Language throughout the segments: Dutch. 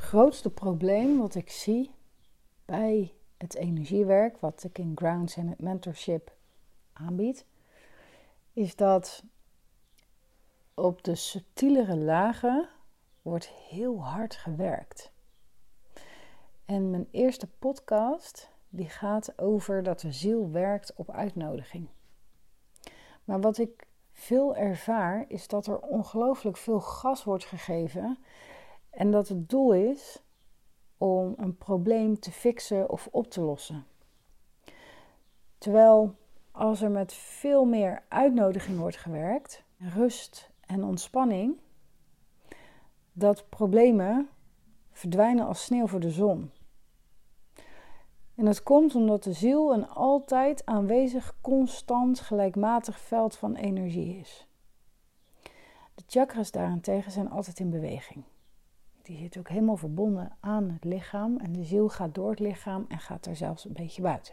grootste probleem wat ik zie bij het energiewerk, wat ik in Grounds en het mentorship aanbied, is dat op de subtielere lagen wordt heel hard gewerkt. En mijn eerste podcast die gaat over dat de ziel werkt op uitnodiging. Maar wat ik veel ervaar is dat er ongelooflijk veel gas wordt gegeven en dat het doel is om een probleem te fixen of op te lossen. Terwijl als er met veel meer uitnodiging wordt gewerkt, rust en ontspanning, dat problemen verdwijnen als sneeuw voor de zon. En dat komt omdat de ziel een altijd aanwezig, constant, gelijkmatig veld van energie is. De chakras daarentegen zijn altijd in beweging. Die zitten ook helemaal verbonden aan het lichaam en de ziel gaat door het lichaam en gaat er zelfs een beetje buiten.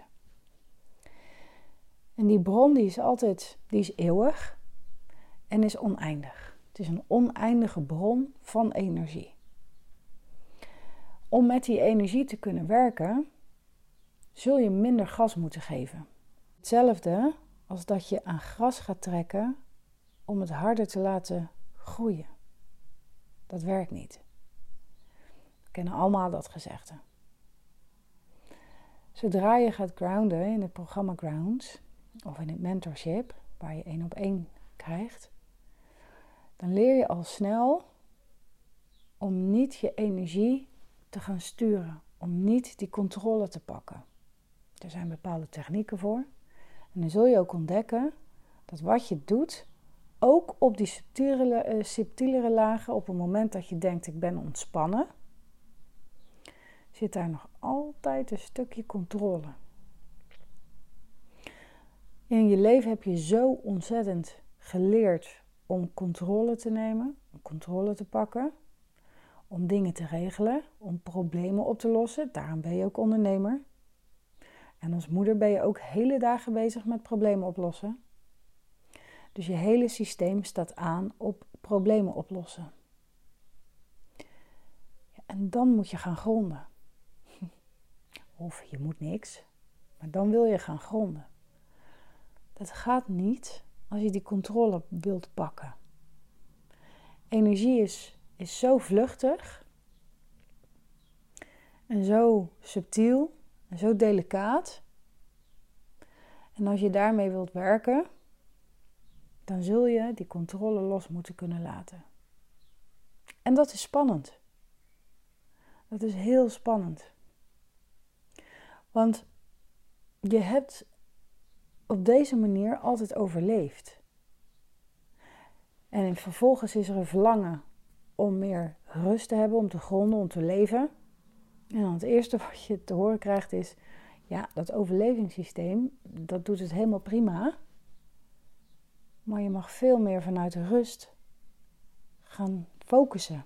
En die bron die is eeuwig en is oneindig. Het is een oneindige bron van energie. Om met die energie te kunnen werken, zul je minder gas moeten geven. Hetzelfde als dat je aan gras gaat trekken om het harder te laten groeien. Dat werkt niet. We kennen allemaal dat gezegde. Zodra je gaat grounden in het programma Grounds of in het mentorship, waar je 1-op-1 krijgt, dan leer je al snel om niet je energie te gaan sturen, om niet die controle te pakken. Er zijn bepaalde technieken voor. En dan zul je ook ontdekken dat wat je doet, ook op die subtielere lagen, op het moment dat je denkt ik ben ontspannen, zit daar nog altijd een stukje controle. In je leven heb je zo ontzettend geleerd om controle te nemen, om controle te pakken, om dingen te regelen, om problemen op te lossen. Daarom ben je ook ondernemer. En als moeder ben je ook hele dagen bezig met problemen oplossen. Dus je hele systeem staat aan op problemen oplossen. Ja, en dan moet je gaan gronden. Of je moet niks, maar dan wil je gaan gronden. Dat gaat niet als je die controle wilt pakken. Energie is zo vluchtig en zo subtiel en zo delicaat. En als je daarmee wilt werken, dan zul je die controle los moeten kunnen laten. En dat is spannend. Dat is heel spannend. Want je hebt op deze manier altijd overleefd. En vervolgens is er een verlangen om meer rust te hebben, om te gronden, om te leven. En dan het eerste wat je te horen krijgt is, ja, dat overlevingssysteem, dat doet het helemaal prima. Maar je mag veel meer vanuit de rust gaan focussen.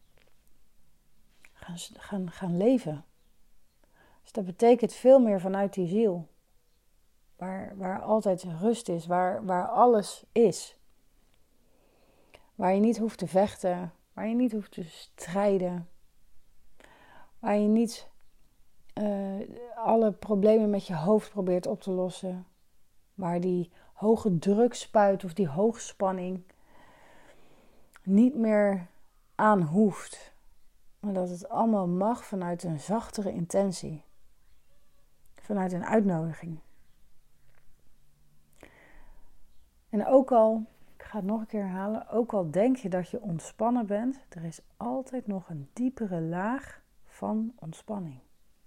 Gaan leven. Dus dat betekent veel meer vanuit die ziel. Waar altijd rust is, waar alles is. Waar je niet hoeft te vechten, waar je niet hoeft te strijden. Waar je niet alle problemen met je hoofd probeert op te lossen. Waar die hoge druk spuit of die hoogspanning niet meer aan hoeft. Maar dat het allemaal mag vanuit een zachtere intentie. Vanuit een uitnodiging. En ook al, ik ga het nog een keer herhalen, ook al denk je dat je ontspannen bent, er is altijd nog een diepere laag van ontspanning.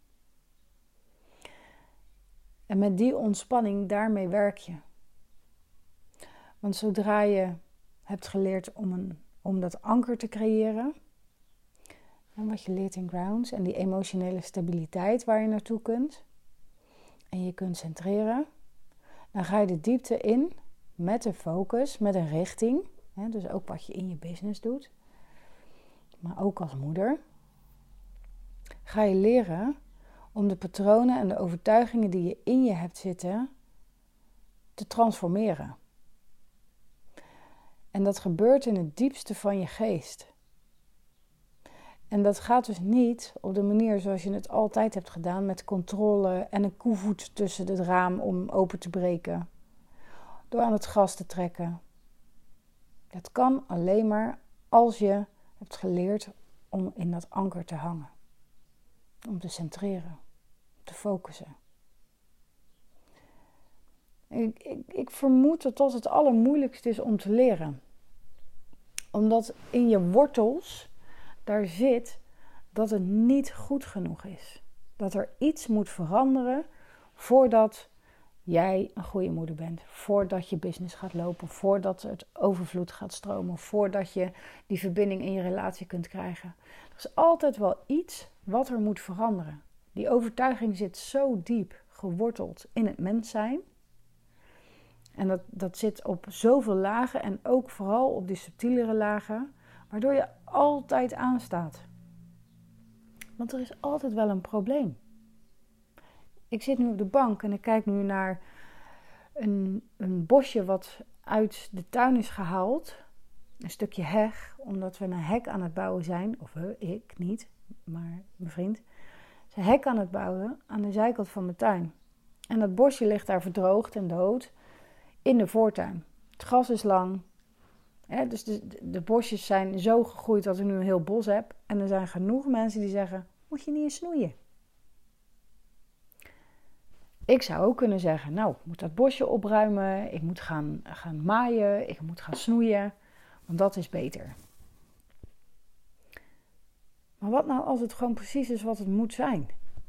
En met die ontspanning, daarmee werk je. Want zodra je hebt geleerd om dat anker te creëren, en wat je leert in Grounds, en die emotionele stabiliteit waar je naartoe kunt, en je kunt centreren, dan ga je de diepte in met een focus, met een richting. Hè, dus ook wat je in je business doet, maar ook als moeder. Ga je leren om de patronen en de overtuigingen die je in je hebt zitten te transformeren. En dat gebeurt in het diepste van je geest. En dat gaat dus niet op de manier zoals je het altijd hebt gedaan, met controle en een koevoet tussen het raam om open te breken. Door aan het gas te trekken. Dat kan alleen maar als je hebt geleerd om in dat anker te hangen. Om te centreren, te focussen. Ik vermoed dat het allermoeilijkste is om te leren. Omdat in je wortels daar zit dat het niet goed genoeg is. Dat er iets moet veranderen voordat jij een goede moeder bent. Voordat je business gaat lopen. Voordat het overvloed gaat stromen. Voordat je die verbinding in je relatie kunt krijgen. Er is altijd wel iets wat er moet veranderen. Die overtuiging zit zo diep geworteld in het mens zijn. En dat zit op zoveel lagen en ook vooral op die subtielere lagen, waardoor je altijd aanstaat. Want er is altijd wel een probleem. Ik zit nu op de bank en ik kijk nu naar een bosje wat uit de tuin is gehaald. Een stukje heg, omdat we een hek aan het bouwen zijn. Of ik niet, maar mijn vriend. Is een hek aan het bouwen aan de zijkant van mijn tuin. En dat bosje ligt daar verdroogd en dood in de voortuin. Het gras is lang. Dus de bosjes zijn zo gegroeid dat ik nu een heel bos heb. En er zijn genoeg mensen die zeggen, moet je niet eens snoeien? Ik zou ook kunnen zeggen, nou, ik moet dat bosje opruimen. Ik moet gaan maaien. Ik moet gaan snoeien. Want dat is beter. Maar wat nou als het gewoon precies is wat het moet zijn?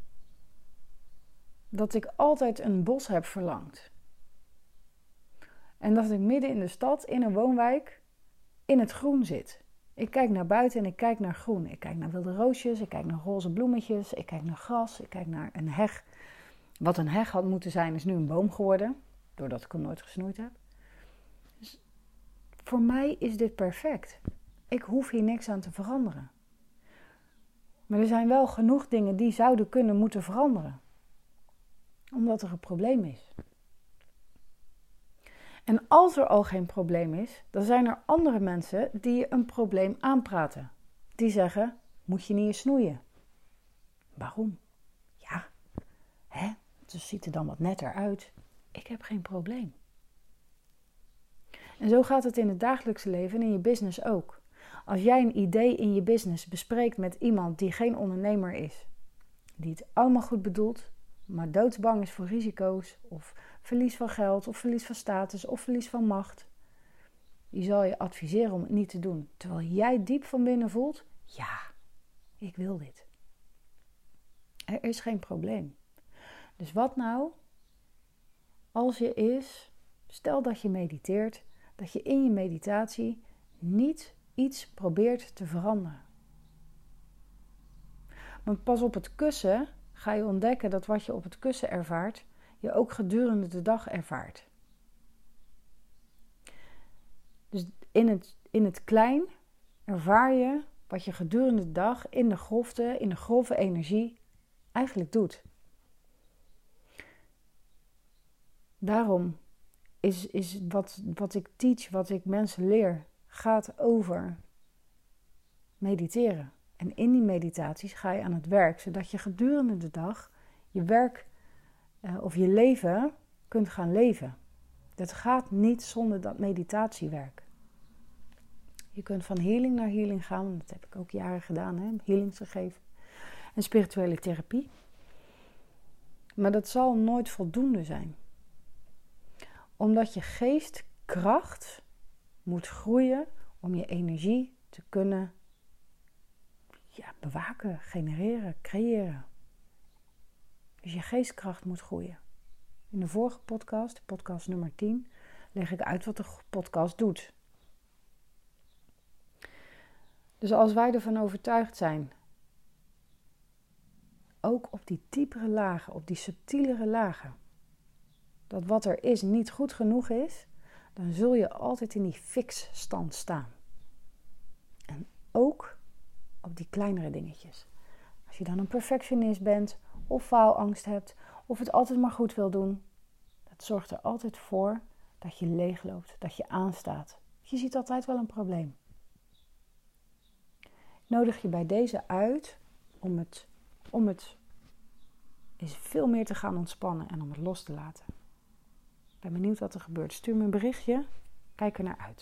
Dat ik altijd een bos heb verlangd. En dat ik midden in de stad, in een woonwijk, in het groen zit. Ik kijk naar buiten en ik kijk naar groen. Ik kijk naar wilde roosjes, ik kijk naar roze bloemetjes, ik kijk naar gras, ik kijk naar een heg. Wat een heg had moeten zijn, is nu een boom geworden, doordat ik hem nooit gesnoeid heb. Dus voor mij is dit perfect. Ik hoef hier niks aan te veranderen. Maar er zijn wel genoeg dingen die zouden kunnen moeten veranderen. Omdat er een probleem is. En als er al geen probleem is, dan zijn er andere mensen die je een probleem aanpraten. Die zeggen, moet je niet eens snoeien? Waarom? Ja, het ziet er dan wat netter uit. Ik heb geen probleem. En zo gaat het in het dagelijkse leven en in je business ook. Als jij een idee in je business bespreekt met iemand die geen ondernemer is, die het allemaal goed bedoelt, maar doodsbang is voor risico's of verlies van geld of verlies van status of verlies van macht, die zal je adviseren om het niet te doen. Terwijl jij diep van binnen voelt, ja, ik wil dit. Er is geen probleem. Dus wat nou als stel dat je mediteert, dat je in je meditatie niet iets probeert te veranderen. Want pas op het kussen ga je ontdekken dat wat je op het kussen ervaart, je ook gedurende de dag ervaart. Dus in het klein ervaar je wat je gedurende de dag in de grove energie eigenlijk doet. Daarom is wat ik teach, wat ik mensen leer, gaat over mediteren. En in die meditaties ga je aan het werk, zodat je gedurende de dag je werk of je leven kunt gaan leven. Dat gaat niet zonder dat meditatiewerk. Je kunt van healing naar healing gaan, dat heb ik ook jaren gedaan, healings gegeven. En spirituele therapie. Maar dat zal nooit voldoende zijn. Omdat je geestkracht moet groeien om je energie te kunnen bewaken, genereren, creëren. Dus je geestkracht moet groeien. In de vorige podcast, podcast nummer 10, leg ik uit wat de podcast doet. Dus als wij ervan overtuigd zijn, ook op die diepere lagen, op die subtielere lagen, dat wat er is niet goed genoeg is, dan zul je altijd in die fixstand staan. En ook op die kleinere dingetjes. Als je dan een perfectionist bent, of faalangst hebt, of het altijd maar goed wil doen, dat zorgt er altijd voor dat je leegloopt, dat je aanstaat. Je ziet altijd wel een probleem. Ik nodig je bij deze uit om het eens veel meer te gaan ontspannen en om het los te laten. Ik ben benieuwd wat er gebeurt. Stuur me een berichtje. Kijk er naar uit.